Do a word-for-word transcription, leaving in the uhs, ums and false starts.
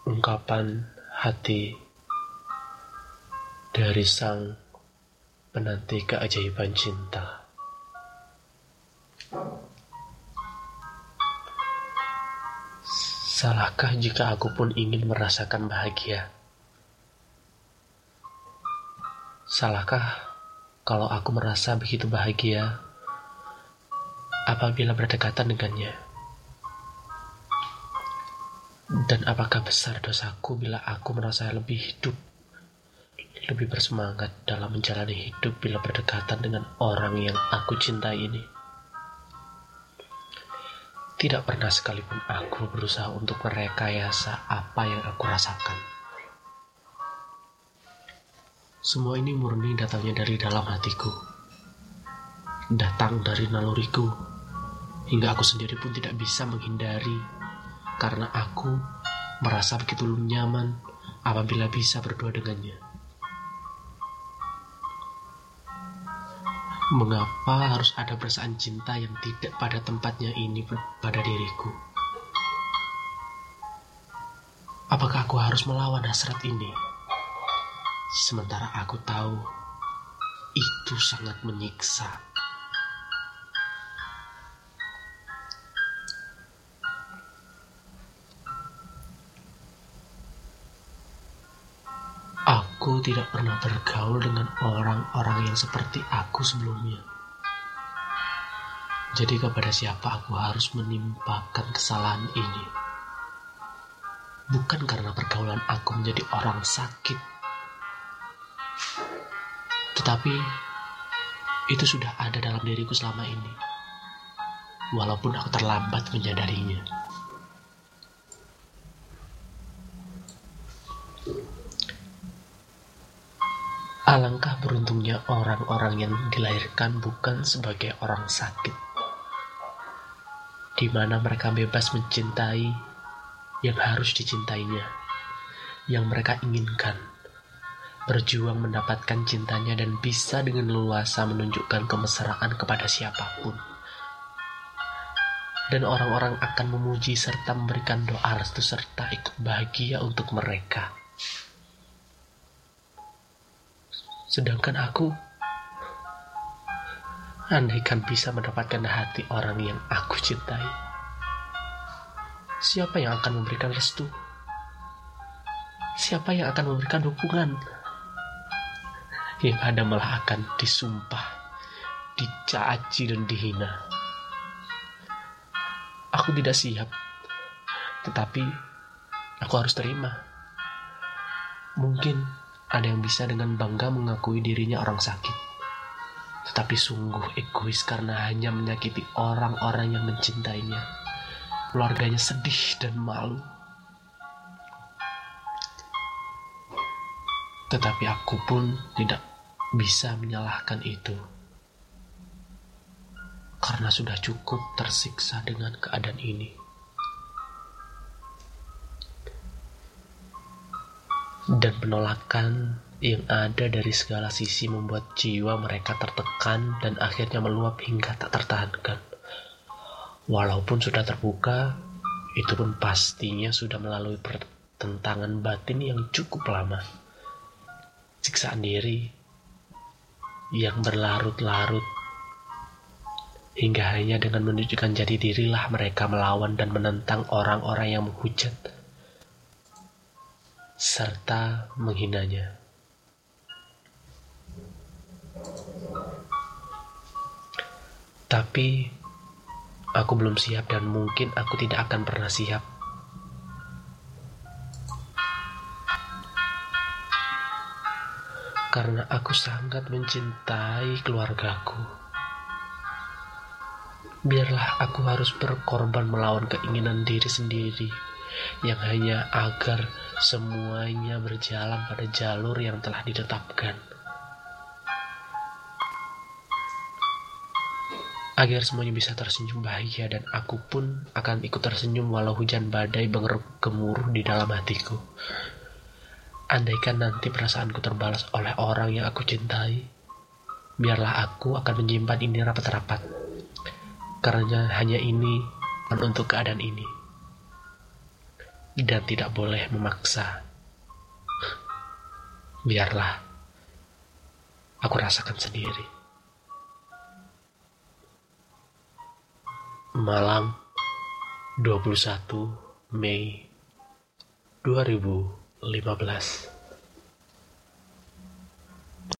Ungkapan hati dari sang penanti keajaiban cinta. Salahkah jika aku pun ingin merasakan bahagia? Salahkah kalau aku merasa begitu bahagia apabila berdekatan dengannya? Dan apakah besar dosaku bila aku merasa lebih hidup, lebih bersemangat dalam menjalani hidup bila berdekatan dengan orang yang aku cintai ini? Tidak pernah sekalipun aku berusaha untuk merekayasa apa yang aku rasakan. Semua ini murni datangnya dari dalam hatiku, datang dari naluriku, hingga aku sendiri pun tidak bisa menghindari. Karena aku merasa begitu nyaman apabila bisa berdua dengannya. Mengapa harus ada perasaan cinta yang tidak pada tempatnya ini pada diriku? Apakah aku harus melawan hasrat ini? Sementara aku tahu itu sangat menyiksa. Aku tidak pernah bergaul dengan orang-orang yang seperti aku sebelumnya. Jadi kepada siapa aku harus menimpakan kesalahan ini? Bukan karena pergaulan aku menjadi orang sakit, tetapi itu sudah ada dalam diriku selama ini, walaupun aku terlambat menyadarinya. Alangkah beruntungnya orang-orang yang dilahirkan bukan sebagai orang sakit, di mana mereka bebas mencintai yang harus dicintainya, yang mereka inginkan, berjuang mendapatkan cintanya dan bisa dengan leluasa menunjukkan kemesraan kepada siapapun. Dan orang-orang akan memuji serta memberikan doa restu serta ikut bahagia untuk mereka. Sedangkan aku, andaikan bisa mendapatkan hati orang yang aku cintai, siapa yang akan memberikan restu? Siapa yang akan memberikan dukungan? Yang ada malah akan disumpah, dicaci dan dihina. Aku tidak siap, tetapi aku harus terima. Mungkin ada yang bisa dengan bangga mengakui dirinya orang sakit, tetapi sungguh egois karena hanya menyakiti orang-orang yang mencintainya. Keluarganya sedih dan malu. Tetapi aku pun tidak bisa menyalahkan itu, karena sudah cukup tersiksa dengan keadaan ini. Dan penolakan yang ada dari segala sisi membuat jiwa mereka tertekan dan akhirnya meluap hingga tak tertahankan. Walaupun sudah terbuka, itu pun pastinya sudah melalui pertentangan batin yang cukup lama. Siksaan diri yang berlarut-larut, hingga hanya dengan menunjukkan jati dirilah mereka melawan dan menentang orang-orang yang menghujat serta menghinanya. Tapi aku belum siap dan mungkin aku tidak akan pernah siap. Karena aku sangat mencintai keluargaku. Biarlah aku harus berkorban melawan keinginan diri sendiri yang hanya agar semuanya berjalan pada jalur yang telah ditetapkan. Agar semuanya bisa tersenyum bahagia dan aku pun akan ikut tersenyum walau hujan badai bergemuruh di dalam hatiku. Andaikan nanti perasaanku terbalas oleh orang yang aku cintai, biarlah aku akan menyimpan ini rapat-rapat. Karena hanya ini untuk keadaan ini. dan tidak boleh memaksa. Biarlah aku rasakan sendiri. Malam dua puluh satu Mei dua ribu lima belas.